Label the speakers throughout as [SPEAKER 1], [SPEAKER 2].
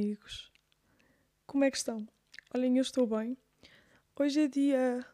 [SPEAKER 1] amigos, como é que estão? Olhem, eu estou bem. Hoje é dia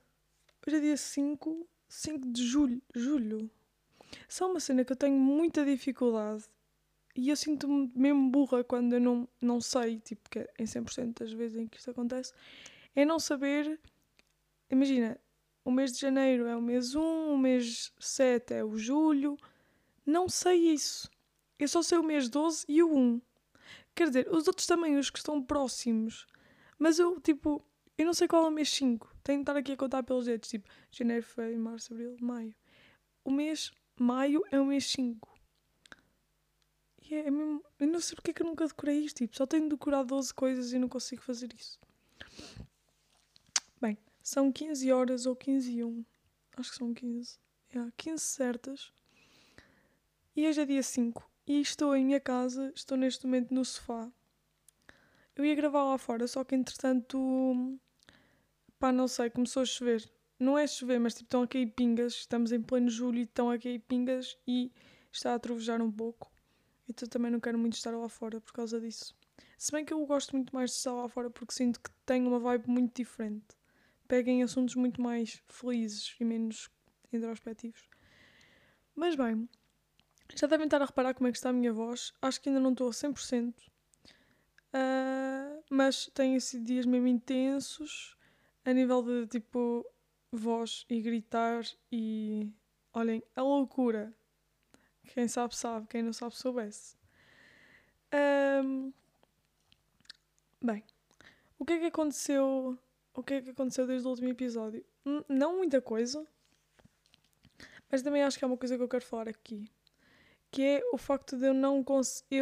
[SPEAKER 1] 5 de julho. Só uma cena que eu tenho muita dificuldade e eu sinto-me mesmo burra quando eu não sei, tipo, que é em 100% das vezes em que isto acontece, é não saber, imagina, o mês de janeiro é o mês 1, o mês 7 é o julho, não sei isso. Eu só sei o mês 12 e o 1. Quer dizer, os outros também, os que estão próximos. Mas eu não sei qual é o mês 5. Tenho de estar aqui a contar pelos dedos. Tipo, janeiro, fevereiro, março, abril, maio. O mês maio é o mês 5. E é mesmo... Eu não sei porque é que eu nunca decorei isto. Tipo, só tenho de decorar 12 coisas e não consigo fazer isso. Bem, são 15 horas ou 15 e 1. Acho que são 15. 15 certas. E hoje é dia 5. E estou em minha casa. Estou neste momento no sofá. Eu ia gravar lá fora, só que entretanto, pá, não sei, começou a chover. Não é chover, mas tipo, estão a cair pingas. Estamos em pleno julho e estão a cair pingas e está a trovejar um pouco. Então também não quero muito estar lá fora por causa disso. Se bem que eu gosto muito mais de estar lá fora porque sinto que tenho uma vibe muito diferente. Peguem assuntos muito mais felizes e menos introspectivos. Mas bem, já devem estar a reparar como é que está a minha voz. Acho que ainda não estou a 100%. Mas tenho sido dias mesmo intensos a nível de tipo voz e gritar e olhem, a loucura. Quem sabe sabe, quem não sabe soubesse. Bem, o que é que aconteceu? O que é que aconteceu desde o último episódio? Não muita coisa, mas também acho que é uma coisa que eu quero falar aqui, que é o facto de eu não conseguir.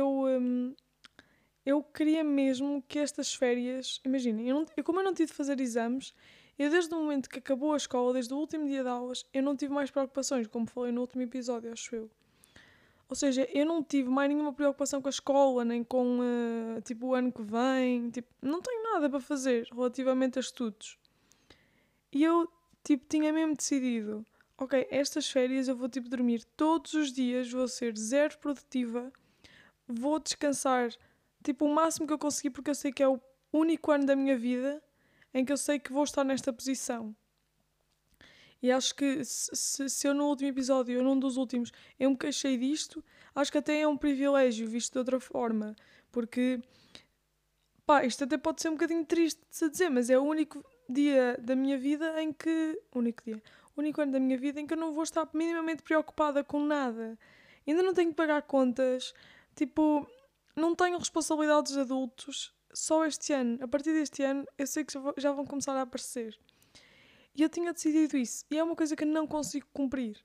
[SPEAKER 1] Eu queria mesmo que estas férias... Imaginem, como eu não tive de fazer exames, eu desde o momento que acabou a escola, desde o último dia de aulas, eu não tive mais preocupações, como falei no último episódio, acho eu. Ou seja, eu não tive mais nenhuma preocupação com a escola, nem com tipo, o ano que vem. Tipo, não tenho nada para fazer relativamente a estudos. E eu tipo, tinha mesmo decidido, ok, estas férias eu vou tipo, dormir todos os dias, vou ser zero produtiva, vou descansar tipo o máximo que eu conseguir porque eu sei que é o único ano da minha vida em que eu sei que vou estar nesta posição. E acho que se eu no último episódio, ou num dos últimos, eu me queixei disto, acho que até é um privilégio visto de outra forma. Porque, pá, isto até pode ser um bocadinho triste de se dizer, mas é o único dia da minha vida em que... O único ano da minha vida em que eu não vou estar minimamente preocupada com nada. Ainda não tenho que pagar contas. Tipo, não tenho responsabilidades de adultos só este ano. A partir deste ano eu sei que já vão começar a aparecer. E eu tinha decidido isso. E é uma coisa que eu não consigo cumprir.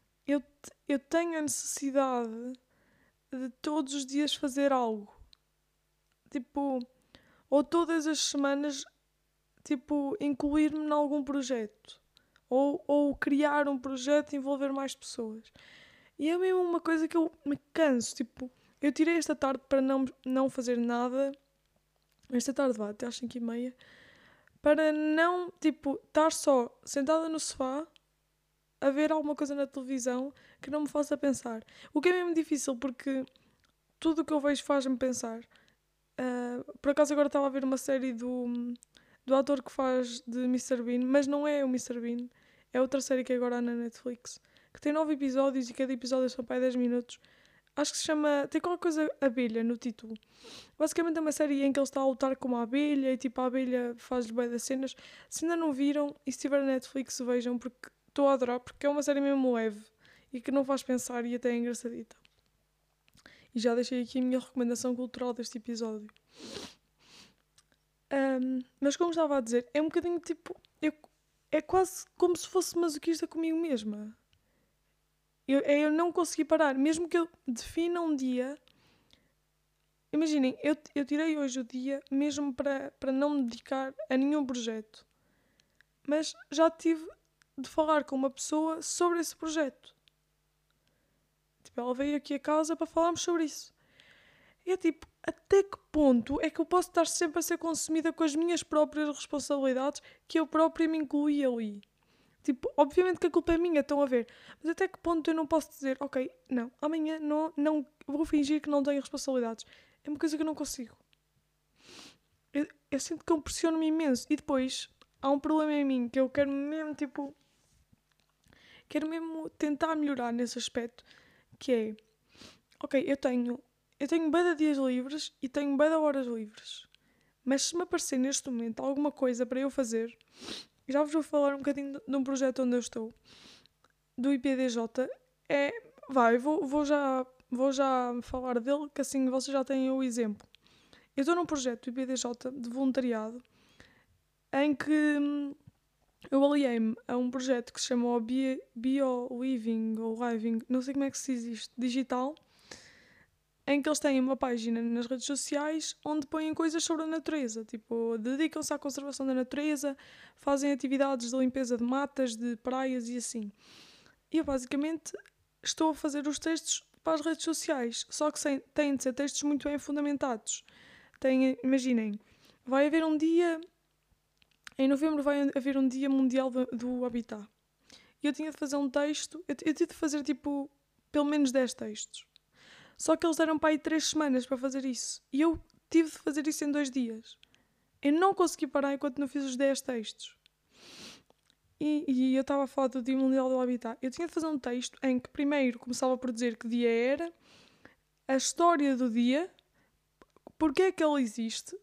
[SPEAKER 1] Eu tenho a necessidade de todos os dias fazer algo. Tipo, ou todas as semanas, tipo, incluir-me em algum projeto. Ou criar um projeto e envolver mais pessoas. E é mesmo uma coisa que eu me canso. Tipo, eu tirei esta tarde para não fazer nada. Esta tarde até às 5h30. Para não, tipo, estar só sentada no sofá a ver alguma coisa na televisão que não me faça pensar. O que é mesmo difícil porque tudo o que eu vejo faz-me pensar. Por acaso agora estava a ver uma série do ator que faz de Mr. Bean, mas não é o Mr. Bean. É outra série que é agora há na Netflix. Que tem 9 episódios e cada episódio é só para 10 minutos. Acho que se chama... Tem qualquer coisa abelha no título. Basicamente é uma série em que ele está a lutar com uma abelha e tipo a abelha faz-lhe bem das cenas. Se ainda não viram e se tiver na Netflix vejam porque estou a adorar porque é uma série mesmo leve e que não faz pensar e até é engraçadita. E já deixei aqui a minha recomendação cultural deste episódio. Mas como estava a dizer, é um bocadinho tipo... é quase como se fosse masoquista comigo mesma. Eu não consegui parar. Mesmo que eu defina um dia... Imaginem, eu tirei hoje o dia mesmo para não me dedicar a nenhum projeto. Mas já tive de falar com uma pessoa sobre esse projeto. Tipo, ela veio aqui a casa para falarmos sobre isso. E é tipo, até que ponto é que eu posso estar sempre a ser consumida com as minhas próprias responsabilidades que eu própria me incluí ali? Tipo, obviamente que a culpa é minha, estão a ver. Mas até que ponto eu não posso dizer, ok, não, amanhã não vou fingir que não tenho responsabilidades. É uma coisa que eu não consigo. eu sinto que eu pressiono-me imenso. E depois há um problema em mim que eu quero mesmo, quero mesmo tentar melhorar nesse aspecto, que é, ok, eu tenho bué de dias livres e tenho bué de horas livres. Mas se me aparecer neste momento alguma coisa para eu fazer, já vos vou falar um bocadinho de um projeto onde eu estou, do IPDJ, vou já falar dele, que assim vocês já têm o exemplo. Eu estou num projeto do IPDJ de voluntariado, em que eu aliei-me a um projeto que se chama BioLiving ou Living, não sei como é que se diz isto, digital, em que eles têm uma página nas redes sociais onde põem coisas sobre a natureza, tipo, dedicam-se à conservação da natureza, fazem atividades de limpeza de matas, de praias e assim. E eu basicamente estou a fazer os textos para as redes sociais, só que têm de ser textos muito bem fundamentados. Imaginem, vai haver um dia, em novembro vai haver um dia mundial do habitat. E eu tinha de fazer um texto, eu tive de fazer tipo, pelo menos 10 textos. Só que eles deram para aí 3 semanas para fazer isso. E eu tive de fazer isso em 2 dias. Eu não consegui parar enquanto não fiz os 10 textos. E eu estava a falar do Dia Mundial do Habitat. Eu tinha de fazer um texto em que primeiro começava por dizer que dia era, a história do dia, porque é que ele existe,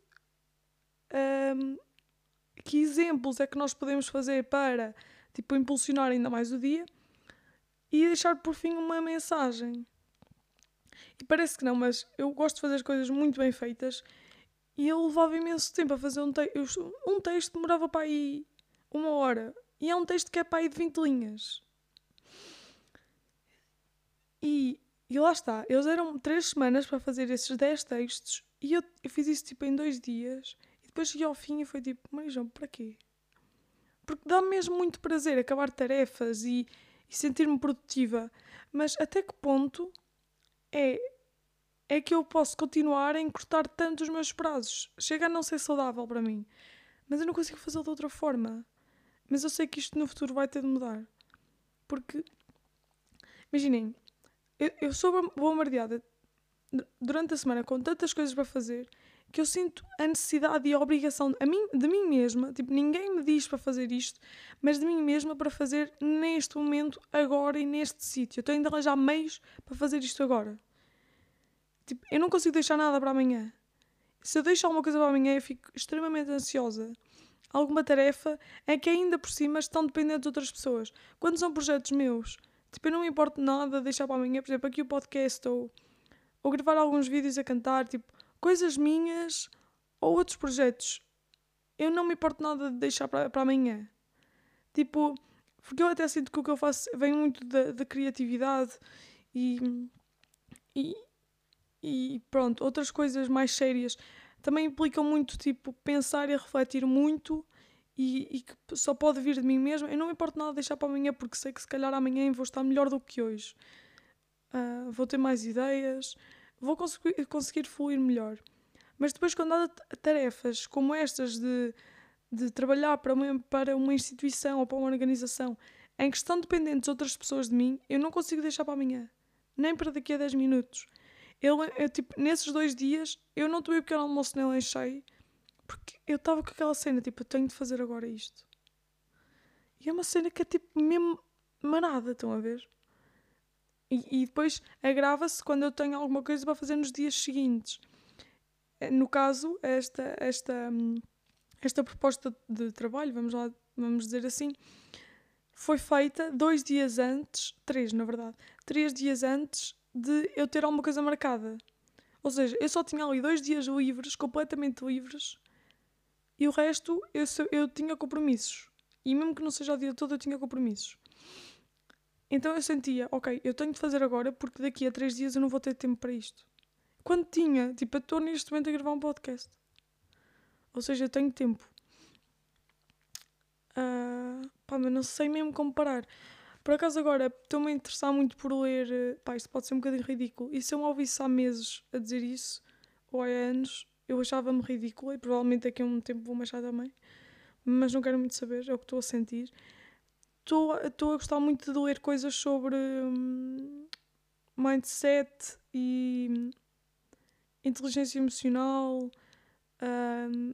[SPEAKER 1] que exemplos é que nós podemos fazer para tipo, impulsionar ainda mais o dia e deixar por fim uma mensagem. E parece que não, mas eu gosto de fazer as coisas muito bem feitas e eu levava imenso tempo a fazer um texto. Um texto demorava para aí 1 hora. E é um texto que é para aí de 20 linhas. E lá está. Eles deram 3 semanas para fazer esses 10 textos e eu fiz isso tipo em 2 dias. E depois cheguei ao fim e foi tipo, Marijão, para quê? Porque dá-me mesmo muito prazer acabar tarefas e sentir-me produtiva. Mas até que ponto é que eu posso continuar a encurtar tanto os meus prazos? Chega a não ser saudável para mim. Mas eu não consigo fazê-lo de outra forma. Mas eu sei que isto no futuro vai ter de mudar. Porque, imaginem, eu sou bombardeada durante a semana com tantas coisas para fazer que eu sinto a necessidade e a obrigação de mim mesma, tipo, ninguém me diz para fazer isto, mas de mim mesma para fazer neste momento, agora e neste sítio. Eu tenho de arranjar meios para fazer isto agora. Tipo, eu não consigo deixar nada para amanhã. Se eu deixo alguma coisa para amanhã, eu fico extremamente ansiosa. Alguma tarefa é que ainda por cima estão dependentes de outras pessoas. Quando são projetos meus, tipo, eu não me importo nada de deixar para amanhã, por exemplo, aqui o podcast ou gravar alguns vídeos a cantar, tipo, coisas minhas ou outros projetos. Eu não me importo nada de deixar para amanhã. Tipo, porque eu até sinto que o que eu faço vem muito da criatividade e, e pronto, outras coisas mais sérias também implicam muito, tipo, pensar e refletir muito e que só pode vir de mim mesma. Eu não me importo nada de deixar para amanhã porque sei que se calhar amanhã vou estar melhor do que hoje. Vou ter mais ideias, vou conseguir fluir melhor. Mas depois quando há tarefas como estas de trabalhar para uma instituição ou para uma organização em que estão dependentes outras pessoas de mim, eu não consigo deixar para amanhã. Nem para daqui a 10 minutos. Tipo, nesses 2 dias, eu não tomei o pequeno almoço nem lanchei, porque eu estava com aquela cena, tipo, eu tenho de fazer agora isto. E é uma cena que é tipo mesmo manada, estão a ver? E depois agrava-se quando eu tenho alguma coisa para fazer nos dias seguintes. No caso, esta proposta de trabalho, vamos dizer assim, foi feita 2 dias antes, 3 na verdade, 3 dias antes de eu ter alguma coisa marcada. Ou seja, eu só tinha ali 2 dias livres, completamente livres, e o resto eu tinha compromissos. E mesmo que não seja o dia todo, eu tinha compromissos. Então eu sentia, ok, eu tenho de fazer agora porque daqui a 3 dias eu não vou ter tempo para isto. Quando tinha, tipo, eu estou neste momento a gravar um podcast. Ou seja, eu tenho tempo. Mas não sei mesmo como parar. Por acaso agora estou-me a interessar muito por ler. Isto pode ser um bocadinho ridículo. E se eu me ouvisse há meses a dizer isso, ou há anos, eu achava-me ridícula e provavelmente daqui a um tempo vou-me achar também. Mas não quero muito saber, é o que estou a sentir. Estou a gostar muito de ler coisas sobre mindset e inteligência emocional, Ahm,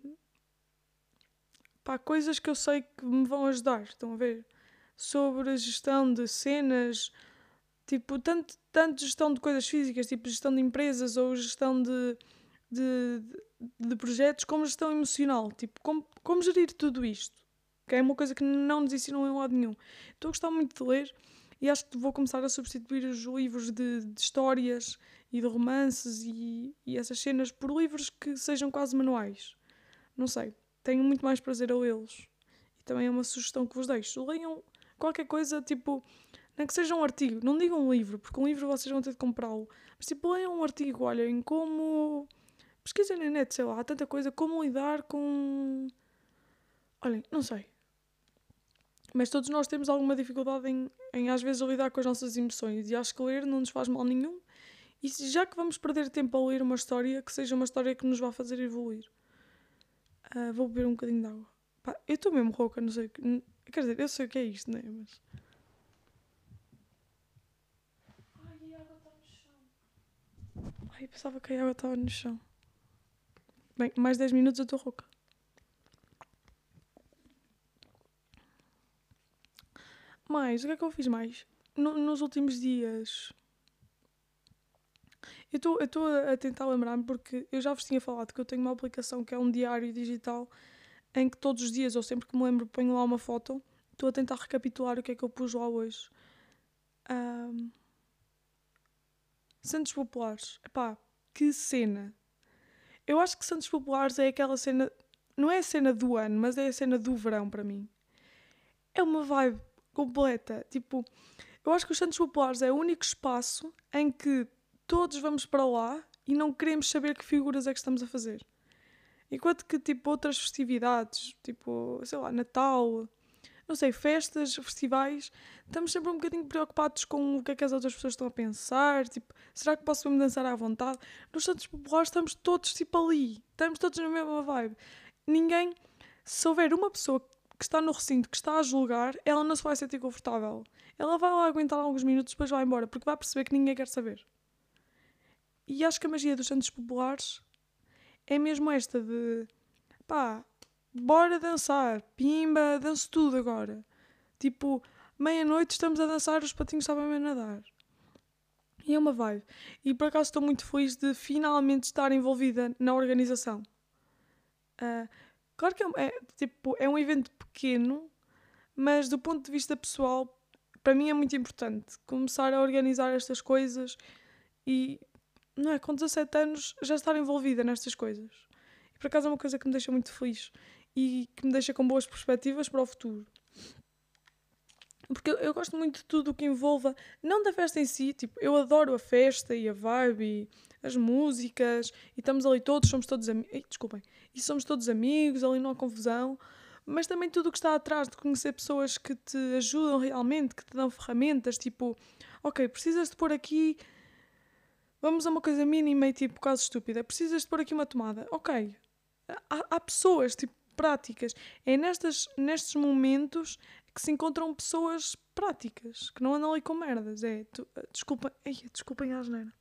[SPEAKER 1] coisas que eu sei que me vão ajudar, estão a ver? Sobre a gestão de cenas, tipo, tanto gestão de coisas físicas, tipo gestão de empresas ou gestão de, de projetos, como gestão emocional, tipo, como gerir tudo isto, que é uma coisa que não nos ensinam em lado nenhum. Estou a gostar muito de ler e acho que vou começar a substituir os livros de histórias e de romances e essas cenas por livros que sejam quase manuais. Não sei, tenho muito mais prazer a lê-los. E também é uma sugestão que vos deixo. Leiam qualquer coisa, tipo, nem que seja um artigo. Não digam um livro, porque um livro vocês vão ter de comprá-lo. Mas tipo, leiam um artigo, olhem, como... Pesquisem na net, sei lá, há tanta coisa. Como lidar com... Olhem, não sei. Mas todos nós temos alguma dificuldade em às vezes lidar com as nossas emoções. E acho que ler não nos faz mal nenhum. E já que vamos perder tempo a ler uma história, que seja uma história que nos vá fazer evoluir. Vou beber um bocadinho de água. Pá, eu estou mesmo rouca, não sei o que... Quer dizer, eu sei o que é isto, né? Mas... Ai, a água está no chão. Ai, pensava que a água estava no chão. Bem, mais 10 minutos eu estou rouca. Mais, o que é que eu fiz mais? Nos últimos dias... Eu estou a tentar lembrar-me porque eu já vos tinha falado que eu tenho uma aplicação que é um diário digital em que todos os dias, ou sempre que me lembro, ponho lá uma foto. Estou a tentar recapitular o que é que eu pus lá hoje. Santos Populares. Epá, que cena. Eu acho que Santos Populares é aquela cena... Não é a cena do ano, mas é a cena do verão para mim. É uma vibe completa. Tipo, eu acho que os Santos Populares é o único espaço em que todos vamos para lá e não queremos saber que figuras é que estamos a fazer. Enquanto que, tipo, outras festividades, tipo, sei lá, Natal, não sei, festas, festivais, estamos sempre um bocadinho preocupados com o que é que as outras pessoas estão a pensar, tipo, será que posso mesmo dançar à vontade? Nos Santos Populares estamos todos, tipo, ali, estamos todos na mesma vibe. Ninguém, se houver uma pessoa que está no recinto, que está a julgar, ela não se vai sentir confortável. Ela vai lá aguentar alguns minutos, depois vai embora, porque vai perceber que ninguém quer saber. E acho que a magia dos Santos Populares é mesmo esta de, pá, bora dançar, pimba, danço tudo agora. Tipo, meia-noite estamos a dançar, os patinhos sabem a nadar. E é uma vibe. E por acaso estou muito feliz de finalmente estar envolvida na organização. Ah, claro que tipo, é um evento pequeno, mas do ponto de vista pessoal, para mim é muito importante começar a organizar estas coisas e, não é, com 17 anos já estar envolvida nestas coisas. E por acaso é uma coisa que me deixa muito feliz e que me deixa com boas perspectivas para o futuro. Porque eu gosto muito de tudo o que envolva, não da festa em si, tipo, eu adoro a festa e a vibe e as músicas e estamos ali todos, somos todos amigos, desculpem, e somos todos amigos, ali não há confusão, mas também tudo o que está atrás de conhecer pessoas que te ajudam realmente, que te dão ferramentas, tipo, ok, precisas de pôr aqui, vamos a uma coisa mínima e tipo, quase estúpida, precisas de pôr aqui uma tomada, ok, há pessoas, tipo, práticas, é nestes momentos que se encontram pessoas práticas, que não andam ali com merdas. Desculpem a asneira.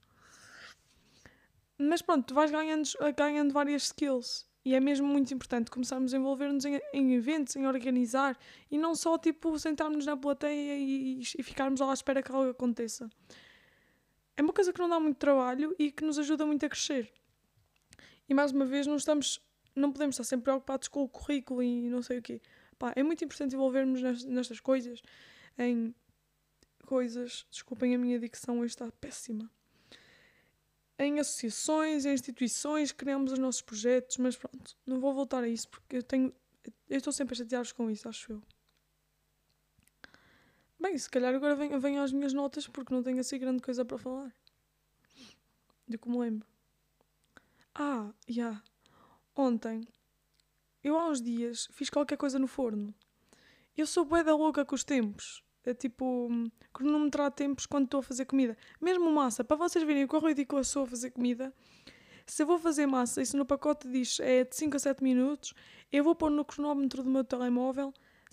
[SPEAKER 1] Mas pronto, tu vais ganhando várias skills. E é mesmo muito importante começarmos a envolver-nos em eventos, em organizar. E não só, tipo, sentarmos na plateia e ficarmos lá à espera que algo aconteça. É uma coisa que não dá muito trabalho e que nos ajuda muito a crescer. E mais uma vez, não podemos estar sempre preocupados com o currículo e não sei o quê. Pá, é muito importante envolvermos nestas coisas, em coisas, desculpem a minha dicção, hoje está péssima, em associações, em instituições, criamos os nossos projetos, mas pronto, não vou voltar a isso porque eu estou sempre a chatear-vos com isso, acho eu. Bem, se calhar agora venho às minhas notas porque não tenho assim grande coisa para falar. De como lembro. Já. Yeah. Ontem, eu há uns dias fiz qualquer coisa no forno. Eu sou bué da louca com os tempos. É tipo, cronometrar tempos quando estou a fazer comida. Mesmo massa, para vocês verem o quão ridícula sou a fazer comida. Se eu vou fazer massa e se no pacote diz é de 5 a 7 minutos, eu vou pôr no cronómetro do meu telemóvel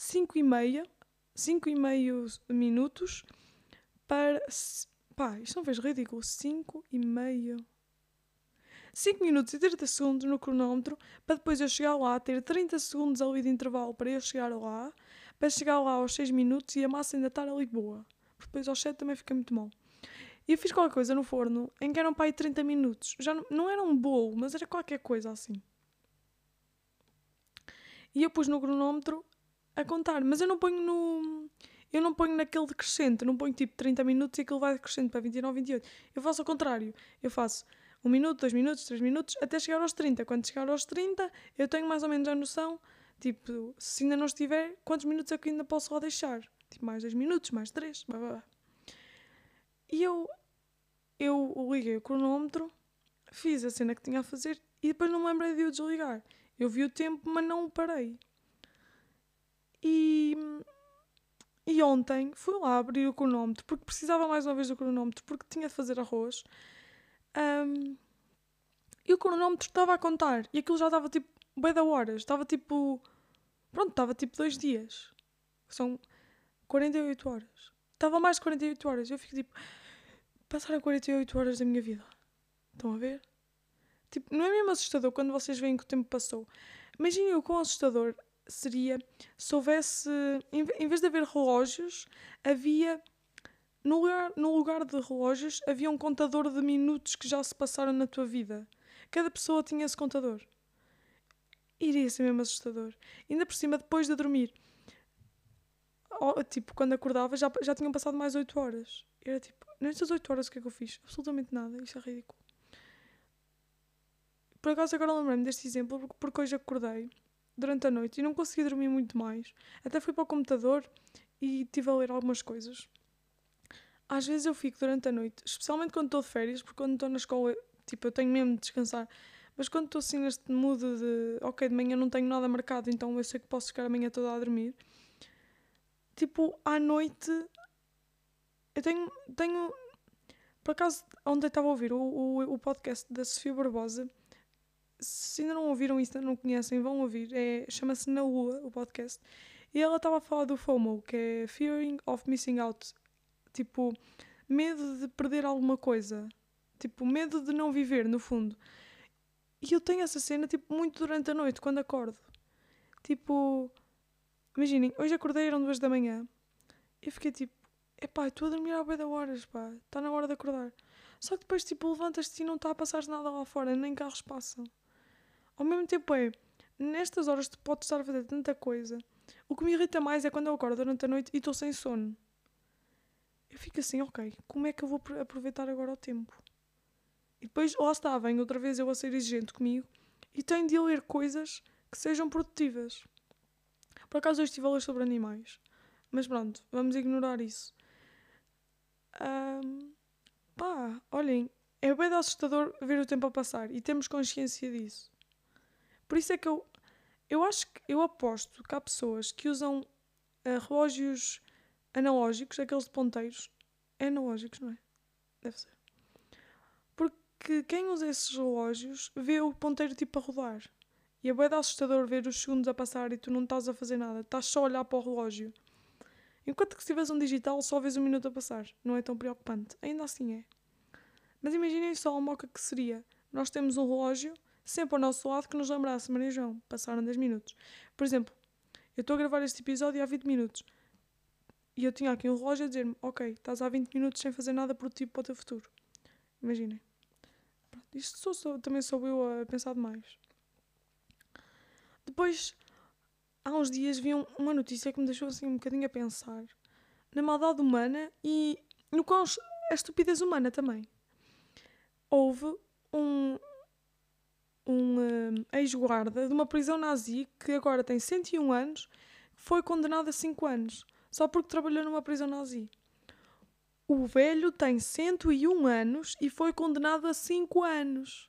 [SPEAKER 1] 5,5 minutos para... Pá, isto não fez ridículo. 5,5... 5 minutos e 30 segundos no cronómetro para depois eu chegar lá, ter 30 segundos ali de intervalo para eu chegar lá, para chegar lá aos 6 minutos e a massa ainda estar ali boa. Porque depois aos 7 também fica muito mal. E eu fiz qualquer coisa no forno em que eram para aí 30 minutos. Já não era um bolo, mas era qualquer coisa assim. E eu pus no cronómetro a contar. Mas eu não ponho naquele decrescente. Não ponho tipo 30 minutos e aquilo vai decrescente para 29, 28. Eu faço ao contrário. Eu faço 1 minuto, 2 minutos, 3 minutos, até chegar aos 30. Quando chegar aos 30, eu tenho mais ou menos a noção, tipo, se ainda não estiver, quantos minutos é que ainda posso lá deixar. Tipo, mais 2 minutos, mais 3, blá blá blá. E eu liguei o cronómetro, fiz a cena que tinha a fazer e depois não me lembrei de o desligar. Eu vi o tempo, mas não o parei. E ontem fui lá abrir o cronómetro, porque precisava mais uma vez do cronómetro, porque tinha de fazer arroz. E o cronómetro estava a contar. E aquilo já estava tipo, bué da horas. Estava tipo, pronto, estava tipo 2 dias. São 48 horas. Estava mais de 48 horas. Eu fico tipo, passaram 48 horas da minha vida. Estão a ver? Tipo, não é mesmo assustador quando vocês veem que o tempo passou. Imaginem o quão assustador seria se houvesse, em vez de haver relógios, havia, no lugar de relógios, havia um contador de minutos que já se passaram na tua vida. Cada pessoa tinha esse contador. Iria ser mesmo assustador. Ainda por cima, depois de dormir. Tipo, quando acordava, já tinham passado mais 8 horas. Era tipo, nestas 8 horas o que é que eu fiz? Absolutamente nada. Isto é ridículo. Por acaso agora lembrei-me deste exemplo porque hoje acordei durante a noite e não consegui dormir muito mais. Até fui para o computador e estive a ler algumas coisas. Às vezes eu fico durante a noite, especialmente quando estou de férias, porque quando estou na escola, tipo, eu tenho mesmo de descansar. Mas quando estou assim neste mood de, ok, de manhã não tenho nada marcado, então eu sei que posso ficar a manhã toda a dormir. Tipo, à noite, eu tenho por acaso, ontem estava a ouvir o podcast da Sofia Barbosa. Se ainda não ouviram isso, não conhecem, vão ouvir. Chama-se Na Lua, o podcast. E ela estava a falar do FOMO, que é Fearing of Missing Out. Tipo, medo de perder alguma coisa. Tipo, medo de não viver, no fundo. E eu tenho essa cena, tipo, muito durante a noite, quando acordo. Tipo, imaginem, hoje acordei, eram 2 da manhã. E fiquei tipo, epá, estou a dormir há bué de horas, pá. Está na hora de acordar. Só que depois, tipo, levantas-te e não está a passar nada lá fora, nem carros passam. Ao mesmo tempo nestas horas tu podes estar a fazer tanta coisa. O que me irrita mais é quando eu acordo durante a noite e estou sem sono. Eu fico assim, ok, como é que eu vou aproveitar agora o tempo? E depois, lá está, vem outra vez eu a ser exigente comigo e tenho de ler coisas que sejam produtivas. Por acaso eu estive a ler sobre animais. Mas pronto, vamos ignorar isso. Olhem, é bem assustador ver o tempo a passar e temos consciência disso. Por isso é que eu acho que eu aposto que há pessoas que usam relógios analógicos, aqueles de ponteiros. É analógicos, não é? Deve ser. Porque quem usa esses relógios vê o ponteiro tipo a rodar. E é bem assustador ver os segundos a passar e tu não estás a fazer nada. Estás só a olhar para o relógio. Enquanto que se tiveres um digital só vês um minuto a passar. Não é tão preocupante. Ainda assim é. Mas imaginem só a moca que seria. Nós temos um relógio sempre ao nosso lado que nos lembrasse, Maria João, passaram 10 minutos. Por exemplo, eu estou a gravar este episódio há 20 minutos. E eu tinha aqui um relógio a dizer-me, ok, estás há 20 minutos sem fazer nada produtivo para o teu futuro. Imaginem. Isto também sou eu a pensar demais. Depois, há uns dias vi uma notícia que me deixou assim um bocadinho a pensar na maldade humana e no qual a estupidez humana também. Houve um ex-guarda de uma prisão nazi que agora tem 101 anos, foi condenado a 5 anos, só porque trabalhou numa prisão nazi. O velho tem 101 anos e foi condenado a 5 anos.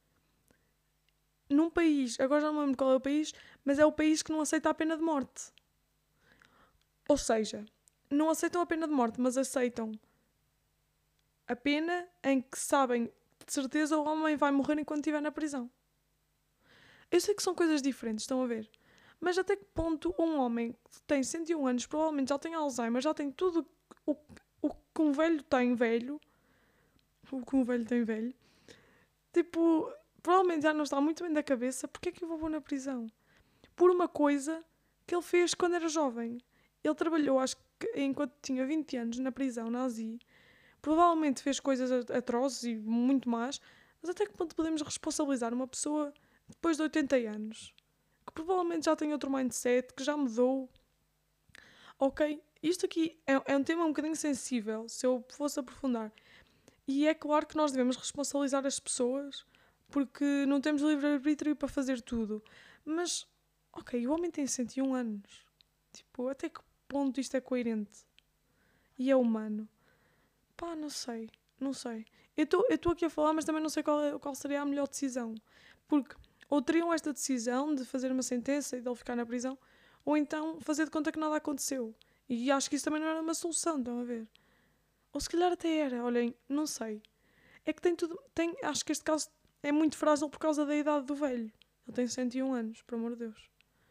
[SPEAKER 1] Num país, agora já não me lembro qual é o país, mas é o país que não aceita a pena de morte. Ou seja, não aceitam a pena de morte, mas aceitam a pena em que sabem de certeza o homem vai morrer enquanto estiver na prisão. Eu sei que são coisas diferentes, estão a ver? Mas até que ponto um homem que tem 101 anos, provavelmente já tem Alzheimer, já tem tudo o que um velho tem velho, o que um velho tem velho, tipo, provavelmente já não está muito bem da cabeça, porque é que eu vou pôr na prisão? Por uma coisa que ele fez quando era jovem. Ele trabalhou, acho que enquanto tinha 20 anos, na prisão nazi. Provavelmente fez coisas atrozes e muito más, mas até que ponto podemos responsabilizar uma pessoa depois de 80 anos? Que provavelmente já tem outro mindset, que já mudou. Ok, isto aqui é um tema um bocadinho sensível, se eu fosse aprofundar. E é claro que nós devemos responsabilizar as pessoas, porque não temos livre-arbítrio para fazer tudo. Mas, ok, o homem tem 101 anos. Tipo, até que ponto isto é coerente? E é humano? Pá, não sei. Não sei. Eu estou aqui a falar, mas também não sei qual seria a melhor decisão. Porque ou teriam esta decisão de fazer uma sentença e de ele ficar na prisão, ou então fazer de conta que nada aconteceu. E acho que isso também não era uma solução, estão a ver? Ou se calhar até era, olhem, não sei. É que tem tudo. Acho que este caso é muito frágil por causa da idade do velho. Ele tem 101 anos, por amor de Deus.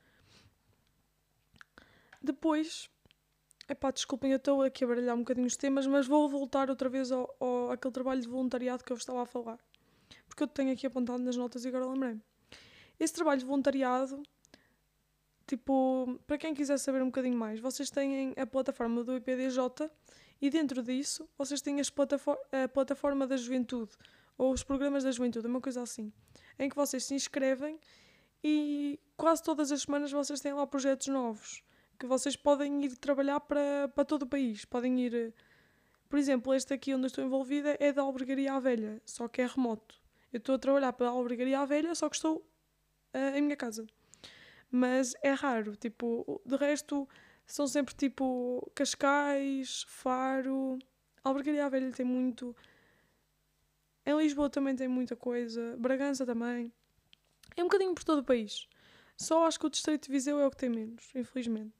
[SPEAKER 1] Depois, epá, desculpem, eu estou aqui a baralhar um bocadinho os temas, mas vou voltar outra vez àquele trabalho de voluntariado que eu estava a falar. Porque eu tenho aqui apontado nas notas e agora lembrei-me. Esse trabalho de voluntariado, tipo, para quem quiser saber um bocadinho mais, vocês têm a plataforma do IPDJ e dentro disso vocês têm a plataforma da juventude ou os programas da juventude, uma coisa assim, em que vocês se inscrevem e quase todas as semanas vocês têm lá projetos novos que vocês podem ir trabalhar para todo o país. Podem ir, por exemplo, este aqui onde eu estou envolvida é da Albergaria à Velha, só que é remoto. Eu estou a trabalhar para a Albergaria à Velha, só que estou em minha casa. Mas é raro, tipo, de resto são sempre tipo Cascais, Faro, Albergaria à Velha tem muito, em Lisboa também tem muita coisa, Bragança também, é um bocadinho por todo o país. Só acho que o Distrito de Viseu é o que tem menos, infelizmente.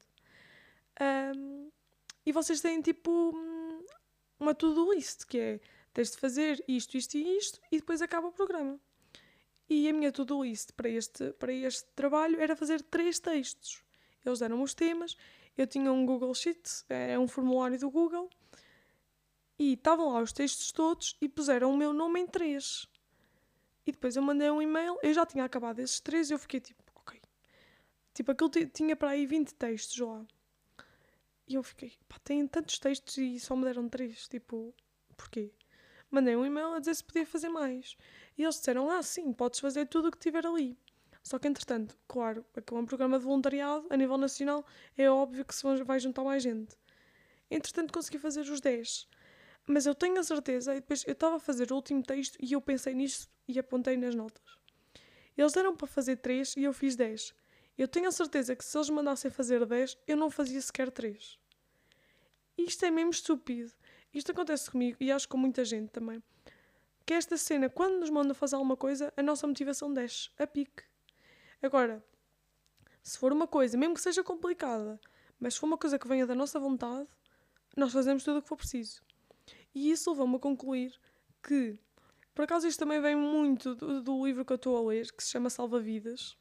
[SPEAKER 1] E vocês têm tipo uma to-do list, que é tens de fazer isto, isto e isto, e depois acaba o programa. E a minha to-do list para este trabalho era fazer 3 textos. Eles deram os temas, eu tinha um Google Sheet, é um formulário do Google, e estavam lá os textos todos e puseram o meu nome em 3. E depois eu mandei um e-mail, eu já tinha acabado esses 3 e eu fiquei tipo, ok. Tipo, aquilo tinha para aí 20 textos lá. E eu fiquei, pá, tem tantos textos e só me deram 3, tipo, porquê? Mandei um e-mail a dizer se podia fazer mais. E eles disseram, sim, podes fazer tudo o que tiver ali. Só que, entretanto, claro, aquilo é um programa de voluntariado, a nível nacional, é óbvio que se vai juntar mais gente. Entretanto, consegui fazer os 10. Mas eu tenho a certeza, e depois eu estava a fazer o último texto e eu pensei nisto e apontei nas notas. Eles deram para fazer 3 e eu fiz 10. Eu tenho a certeza que se eles mandassem fazer 10, eu não fazia sequer 3. Isto é mesmo estúpido. Isto acontece comigo e acho que com muita gente também. Que esta cena, quando nos mandam fazer alguma coisa, a nossa motivação desce a pique. Agora, se for uma coisa, mesmo que seja complicada, mas se for uma coisa que venha da nossa vontade, nós fazemos tudo o que for preciso. E isso levou-me a concluir que, por acaso isto também vem muito do livro que eu estou a ler, que se chama Salva-Vidas.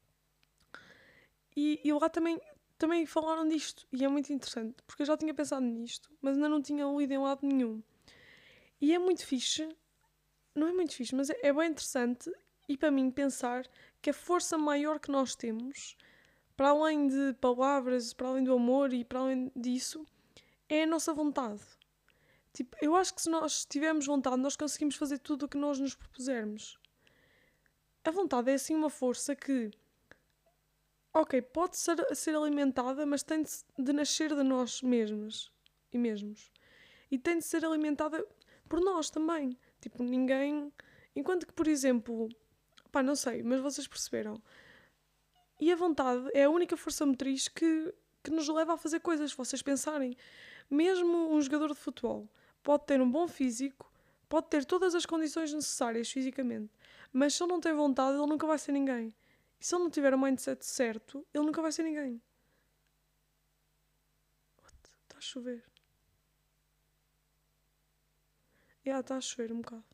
[SPEAKER 1] E lá também falaram disto, e é muito interessante, porque eu já tinha pensado nisto, mas ainda não tinha lido em lado nenhum. E é muito fixe, não é muito fixe, mas é bem interessante, e para mim pensar que a força maior que nós temos, para além de palavras, para além do amor e para além disso, é a nossa vontade. Tipo, eu acho que se nós tivermos vontade, nós conseguimos fazer tudo o que nós nos propusermos. A vontade é assim uma força que, ok, pode ser alimentada, mas tem de nascer de nós mesmos e mesmos. E tem de ser alimentada por nós também. Tipo, ninguém... Enquanto que, por exemplo... Pá, não sei, mas vocês perceberam. E a vontade é a única força motriz que nos leva a fazer coisas, se vocês pensarem. Mesmo um jogador de futebol pode ter um bom físico, pode ter todas as condições necessárias fisicamente, mas se ele não tem vontade, ele nunca vai ser ninguém. E se ele não tiver o mindset certo, ele nunca vai ser ninguém. Está a chover. Está a chover um bocado.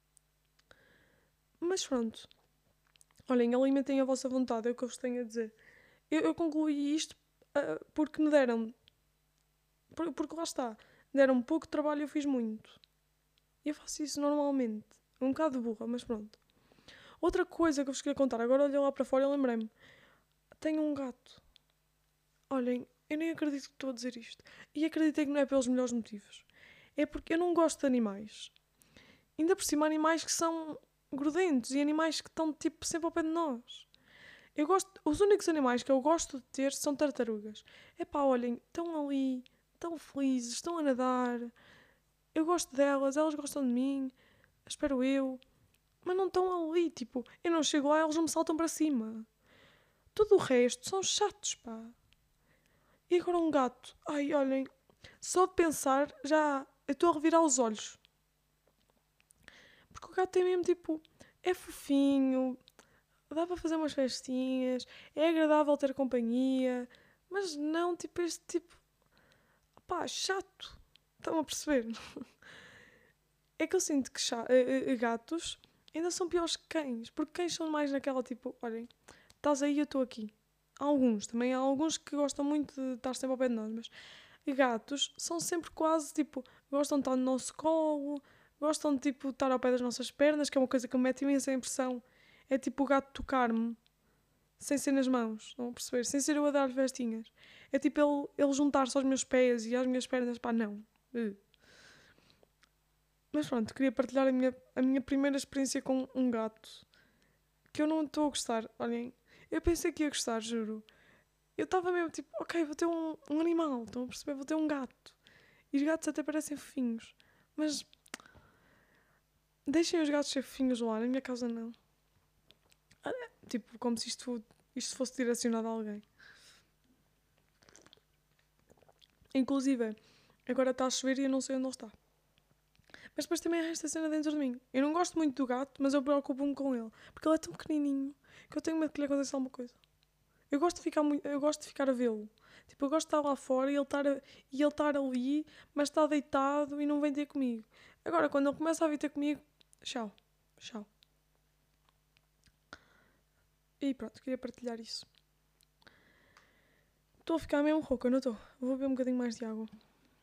[SPEAKER 1] Mas pronto. Olhem, alimentem a vossa vontade, é o que eu vos tenho a dizer. Eu concluí isto porque me deram... Porque lá está. Deram pouco trabalho e eu fiz muito. E eu faço isso normalmente. Um bocado burra, mas pronto. Outra coisa que eu vos queria contar, agora olhei lá para fora e lembrei-me. Tenho um gato. Olhem, eu nem acredito que estou a dizer isto. E acreditei que não é pelos melhores motivos. É porque eu não gosto de animais. Ainda por cima, animais que são grudentos e animais que estão tipo sempre ao pé de nós. Os únicos animais que eu gosto de ter são tartarugas. Epá, olhem, estão ali, estão felizes, estão a nadar. Eu gosto delas, elas gostam de mim, espero eu. Mas não estão ali, tipo, eu não chego lá e eles não me saltam para cima. Tudo o resto são chatos, pá. E agora um gato. Ai, olhem, só de pensar já eu estou a revirar os olhos. Porque o gato tem mesmo tipo, é fofinho, dá para fazer umas festinhas, é agradável ter companhia, mas não tipo este tipo, pá, chato. Estão a perceber? É que eu sinto que gatos ainda são piores que cães, porque cães são mais naquela tipo, olhem, estás aí, eu estou aqui. Também há alguns que gostam muito de estar sempre ao pé de nós, mas gatos são sempre quase tipo, gostam de estar no nosso colo, gostam de tipo estar ao pé das nossas pernas, que é uma coisa que me mete imensa impressão. É tipo o gato tocar-me sem ser nas mãos, estão a perceber? Sem ser eu a dar festinhas. É tipo ele juntar-se aos meus pés e às minhas pernas, pá, não. Mas pronto, queria partilhar a minha primeira experiência com um gato, que eu não estou a gostar. Olhem, eu pensei que ia gostar, juro. Eu estava mesmo tipo, ok, vou ter um animal, estão a perceber? Vou ter um gato. E os gatos até parecem fofinhos. Mas deixem os gatos ser fofinhos lá, na minha casa não. Tipo, como se isto fosse direcionado a alguém. Inclusive, agora está a chover e eu não sei onde ele está. Mas depois também há esta cena dentro de mim. Eu não gosto muito do gato, mas eu preocupo-me com ele. Porque ele é tão pequenininho que eu tenho medo que lhe aconteça alguma coisa. Eu gosto de ficar a vê-lo. Tipo, eu gosto de estar lá fora e ele estar ali, mas está deitado e não vem ter comigo. Agora, quando ele começa a vir ter comigo, tchau. Tchau. E pronto, queria partilhar isso. Estou a ficar mesmo rouca, não estou? Vou beber um bocadinho mais de água.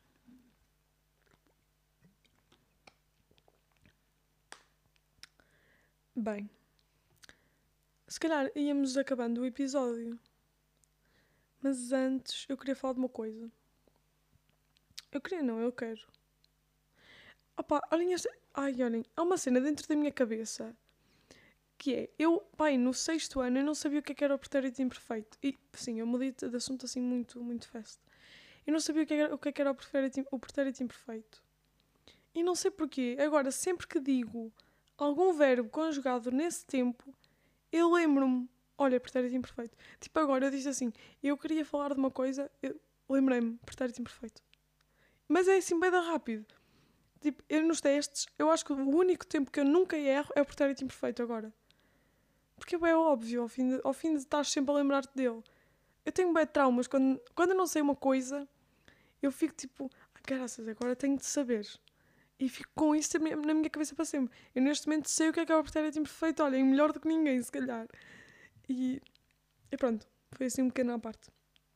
[SPEAKER 1] Bem, se calhar íamos acabando o episódio. Mas antes eu queria falar de uma coisa. Eu queria não, eu quero. Opa, olhem esta... Ai, olhem, há uma cena dentro da minha cabeça que é, pai, no 6º ano eu não sabia o que era o pretérito imperfeito. E, sim, eu mudei de assunto assim muito, muito fast. Eu não sabia o que era o pretérito imperfeito. E não sei porquê. Agora, sempre que digo algum verbo conjugado nesse tempo, eu lembro-me. Olha, pretérito imperfeito. Tipo, agora eu disse assim, eu queria falar de uma coisa, eu lembrei-me, pretérito imperfeito. Mas é assim, bem da rápido. Tipo, eu nos testes, eu acho que o único tempo que eu nunca erro é o pretérito imperfeito agora. Porque é bem óbvio, ao fim de estar sempre a lembrar-te dele. Eu tenho bem traumas, quando eu não sei uma coisa, eu fico tipo, caraças, agora tenho de saber. E fico com isso na minha cabeça para sempre. Eu neste momento sei o que é o pretérito imperfeito, olhem, melhor do que ninguém, se calhar. E pronto, foi assim um pequeno à parte.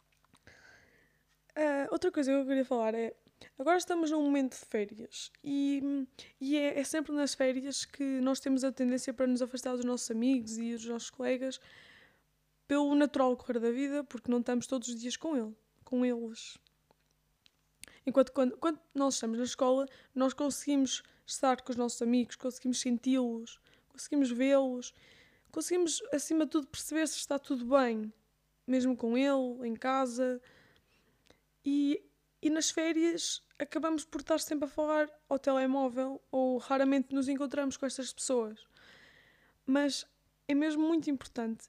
[SPEAKER 1] Outra coisa que eu queria falar é, agora estamos num momento de férias e é sempre nas férias que nós temos a tendência para nos afastar dos nossos amigos e dos nossos colegas pelo natural correr da vida, porque não estamos todos os dias com eles. Enquanto quando nós estamos na escola, nós conseguimos estar com os nossos amigos, conseguimos senti-los, conseguimos vê-los, conseguimos, acima de tudo, perceber se está tudo bem, mesmo com ele, em casa. E nas férias acabamos por estar sempre a falar ao telemóvel ou raramente nos encontramos com estas pessoas. Mas é mesmo muito importante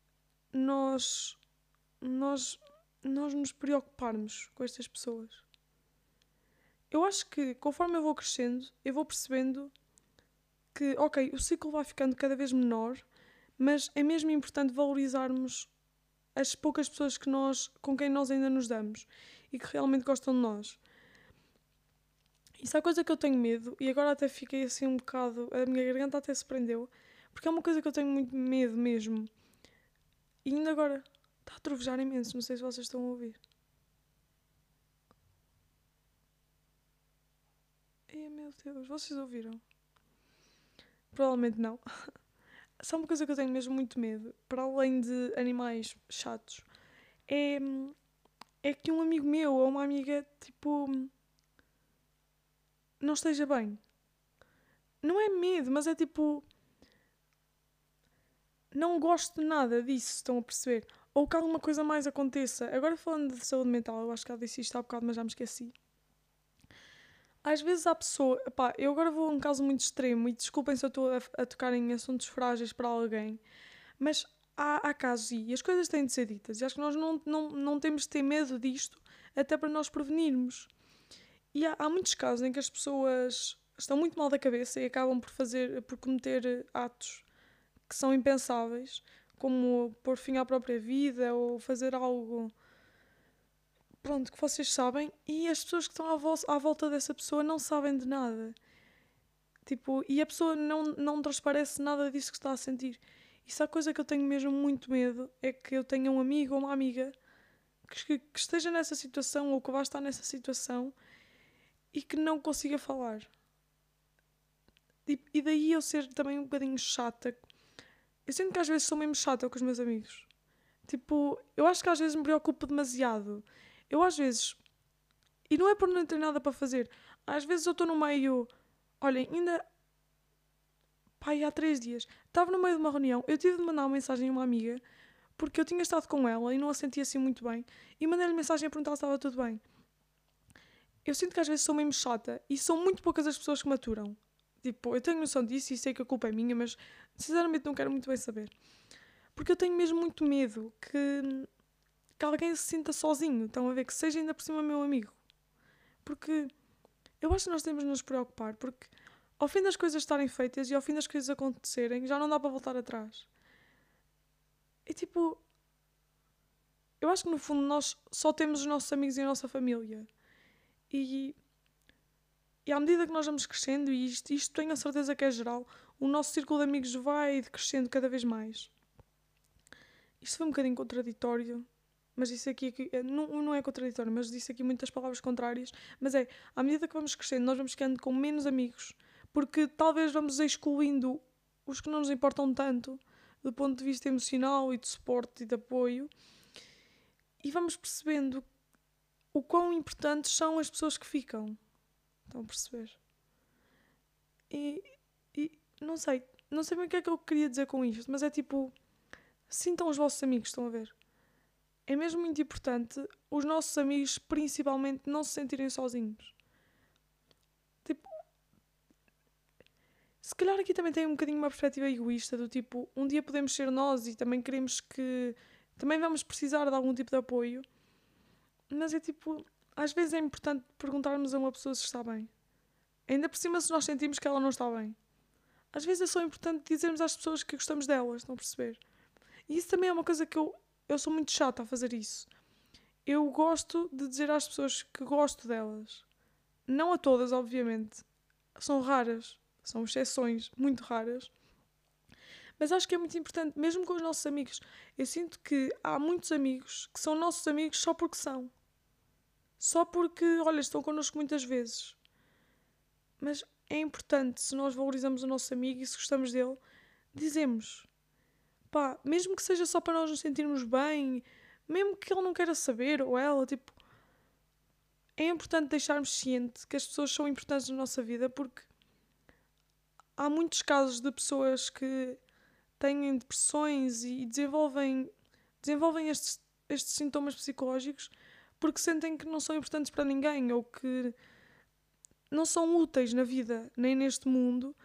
[SPEAKER 1] nós nos preocuparmos com estas pessoas. Eu acho que conforme eu vou crescendo, eu vou percebendo que, ok, o ciclo vai ficando cada vez menor, mas é mesmo importante valorizarmos as poucas pessoas com quem nós ainda nos damos e que realmente gostam de nós. Isso é a coisa que eu tenho medo, e agora até fiquei assim um bocado, a minha garganta até se prendeu, porque é uma coisa que eu tenho muito medo mesmo. E ainda agora está a trovejar imenso, não sei se vocês estão a ouvir. Meu Deus, vocês ouviram? Provavelmente não. Só uma coisa que eu tenho mesmo muito medo, para além de animais chatos, é, é que um amigo meu ou uma amiga, tipo, não esteja bem. Não é medo, mas é tipo, não gosto de nada disso, estão a perceber? Ou que alguma coisa mais aconteça. Agora falando de saúde mental, eu acho que ela disse isto há bocado, mas já me esqueci. Às vezes há pessoa... Pá, eu agora vou a um caso muito extremo e desculpem se eu estou a tocar em assuntos frágeis para alguém, mas há casos e as coisas têm de ser ditas. E acho que nós não temos de ter medo disto, até para nós prevenirmos. E há muitos casos em que as pessoas estão muito mal da cabeça e acabam por cometer atos que são impensáveis, como pôr fim à própria vida ou fazer algo, pronto, que vocês sabem, e as pessoas que estão à volta dessa pessoa não sabem de nada. Tipo, e a pessoa não transparece nada disso que está a sentir. Isso é a coisa que eu tenho mesmo muito medo, é que eu tenha um amigo ou uma amiga que esteja nessa situação ou que vá estar nessa situação e que não consiga falar. E daí eu ser também um bocadinho chata. Eu sinto que às vezes sou mesmo chata com os meus amigos. Tipo, eu acho que às vezes me preocupo demasiado. Eu às vezes... E não é por não ter nada para fazer. Às vezes eu estou no meio... Olhem, ainda... Pai, há 3 dias. Estava no meio de uma reunião. Eu tive de mandar uma mensagem a uma amiga porque eu tinha estado com ela e não a sentia assim muito bem. E mandei-lhe mensagem a perguntar se estava tudo bem. Eu sinto que às vezes sou mesmo chata e são muito poucas as pessoas que me aturam. Tipo, eu tenho noção disso e sei que a culpa é minha, mas sinceramente não quero muito bem saber. Porque eu tenho mesmo muito medo que alguém se sinta sozinho. Estão a ver? Que seja ainda por cima meu amigo. Porque eu acho que nós temos de nos preocupar. Porque ao fim das coisas estarem feitas e ao fim das coisas acontecerem, já não dá para voltar atrás. E tipo, eu acho que no fundo nós só temos os nossos amigos e a nossa família. E à medida que nós vamos crescendo, e isto tenho a certeza que é geral, o nosso círculo de amigos vai crescendo cada vez mais. Isto foi um bocadinho contraditório, mas disse aqui não é contraditório, mas disse aqui muitas palavras contrárias, mas é, à medida que vamos crescendo, nós vamos ficando com menos amigos, porque talvez vamos excluindo os que não nos importam tanto, do ponto de vista emocional e de suporte e de apoio, e vamos percebendo o quão importantes são as pessoas que ficam. Estão a perceber? E não sei bem o que é que eu queria dizer com isto, mas é tipo, sintam os vossos amigos, estão a ver? É mesmo muito importante os nossos amigos, principalmente, não se sentirem sozinhos. Tipo, se calhar aqui também tem um bocadinho uma perspectiva egoísta, do tipo, um dia podemos ser nós e também queremos que... Também vamos precisar de algum tipo de apoio. Mas é tipo, às vezes é importante perguntarmos a uma pessoa se está bem. Ainda por cima se nós sentimos que ela não está bem. Às vezes é só importante dizermos às pessoas que gostamos delas, estão a perceber? E isso também é uma coisa que eu sou muito chata a fazer isso. Eu gosto de dizer às pessoas que gosto delas. Não a todas, obviamente. São raras. São exceções muito raras. Mas acho que é muito importante, mesmo com os nossos amigos. Eu sinto que há muitos amigos que são nossos amigos só porque são. Só porque, olha, estão connosco muitas vezes. Mas é importante, se nós valorizamos o nosso amigo e se gostamos dele, dizemos. Pá, mesmo que seja só para nós nos sentirmos bem, mesmo que ele não queira saber, ou ela, tipo... É importante deixarmos ciente que as pessoas são importantes na nossa vida, porque há muitos casos de pessoas que têm depressões e desenvolvem estes sintomas psicológicos porque sentem que não são importantes para ninguém ou que não são úteis na vida, nem neste mundo.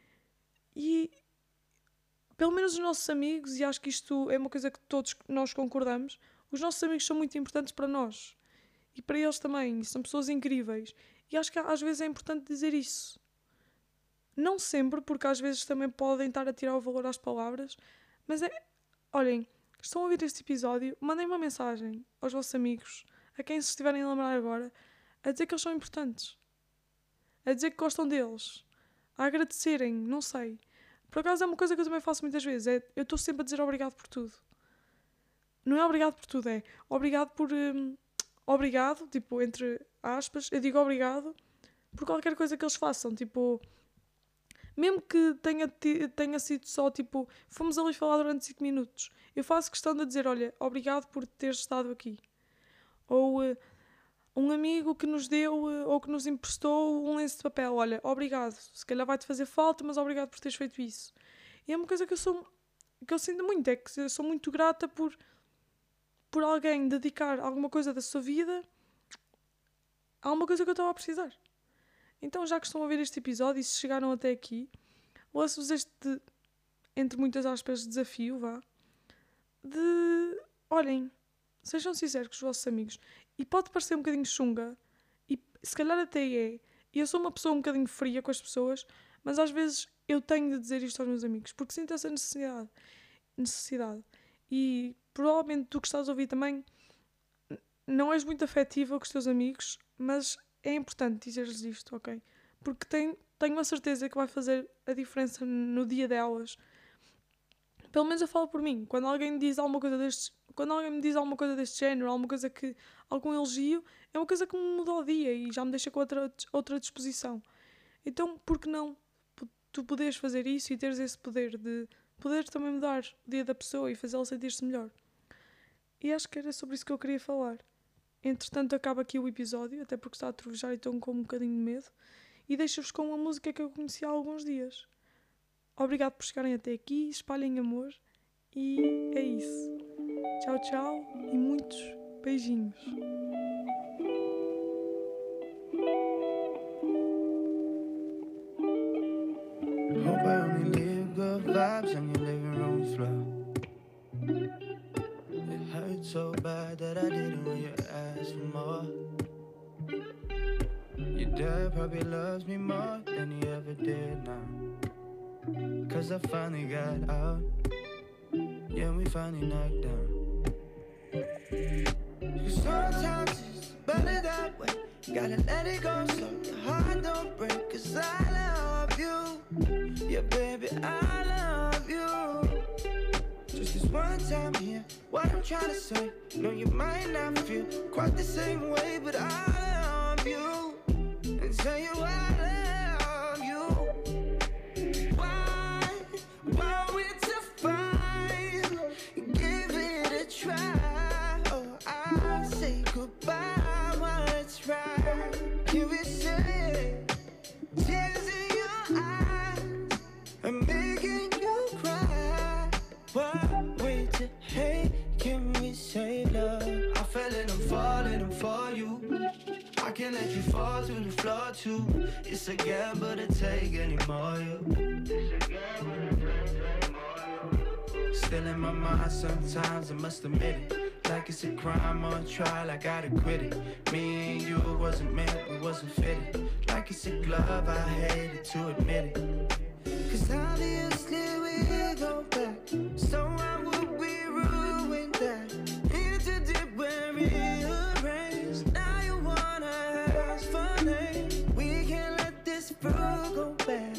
[SPEAKER 1] E pelo menos os nossos amigos, e acho que isto é uma coisa que todos nós concordamos, os nossos amigos são muito importantes para nós. E para eles também. E são pessoas incríveis. E acho que às vezes é importante dizer isso. Não sempre, porque às vezes também podem estar a tirar o valor às palavras. Mas olhem, estão a ouvir este episódio, mandem uma mensagem aos vossos amigos, a quem se estiverem a lembrar agora, a dizer que eles são importantes. A dizer que gostam deles. A agradecerem, não sei. Por acaso é uma coisa que eu também faço muitas vezes. Eu estou sempre a dizer obrigado por tudo. Não é obrigado por tudo, é obrigado por... obrigado, tipo, entre aspas, eu digo obrigado por qualquer coisa que eles façam, tipo, Mesmo que tenha sido só, tipo, fomos ali falar durante 5 minutos. Eu faço questão de dizer, olha, obrigado por teres estado aqui. Ou um amigo que nos deu ou que nos emprestou um lenço de papel. Olha, obrigado. Se calhar vai-te fazer falta, mas obrigado por teres feito isso. E é uma coisa que eu sinto muito, é que eu sou muito grata por alguém dedicar alguma coisa da sua vida a uma coisa que eu estava a precisar. Então, já que estão a ver este episódio e se chegaram até aqui, ouço-vos este, entre muitas aspas, desafio, olhem, sejam sinceros com os vossos amigos. E pode parecer um bocadinho chunga, e se calhar até é. E eu sou uma pessoa um bocadinho fria com as pessoas, mas às vezes eu tenho de dizer isto aos meus amigos, porque sinto essa necessidade. E provavelmente tu que estás a ouvir também não és muito afetiva com os teus amigos, mas é importante dizer-lhes isto, ok? Porque tenho a certeza que vai fazer a diferença no dia delas. Pelo menos eu falo por mim. Quando alguém me diz alguma coisa deste género, algum elogio, é uma coisa que me muda o dia e já me deixa com outra disposição. Então, por que não tu poderes fazer isso e teres esse poder de poder também mudar o dia da pessoa e fazê-la sentir-se melhor? E acho que era sobre isso que eu queria falar. Entretanto, acaba aqui o episódio, até porque está a trovejar e estou com um bocadinho de medo. E deixo-vos com uma música que eu conheci há alguns dias. Obrigado por chegarem até aqui, espalhem amor e é isso. Tchau, tchau e muitos beijinhos.
[SPEAKER 2] Hope I only live good vibes on your living room floor. It hurt so bad that I didn't want you to ask for more. Your dad probably loves me more than he ever did now. Cause I finally got out. Yeah, we finally knocked down. Cause sometimes it's better that way. Gotta let it go so your heart don't break. Cause I love you. Yeah, baby, I love you. Just this one time here, what I'm trying to say. No, you might not feel quite the same way, but I love you. And tell you I love you. Why we to fight? Give it a try. Oh, I'll say goodbye while it's right. Can we say tears in your eyes are making you cry? What way to hate? Can we save love? I fell and I'm falling for you. I can't let you fall to the floor too. It's a gamble to take anymore. Still in my mind sometimes, I must admit it. Like it's a crime on trial, I gotta quit it. Me and you wasn't meant, we wasn't fitted. Like it's a glove, I hated to admit it. Cause obviously we go back. So why would we ruin that? Into deep when we erase. Now you wanna ask for name. We can't let this fruit go bad.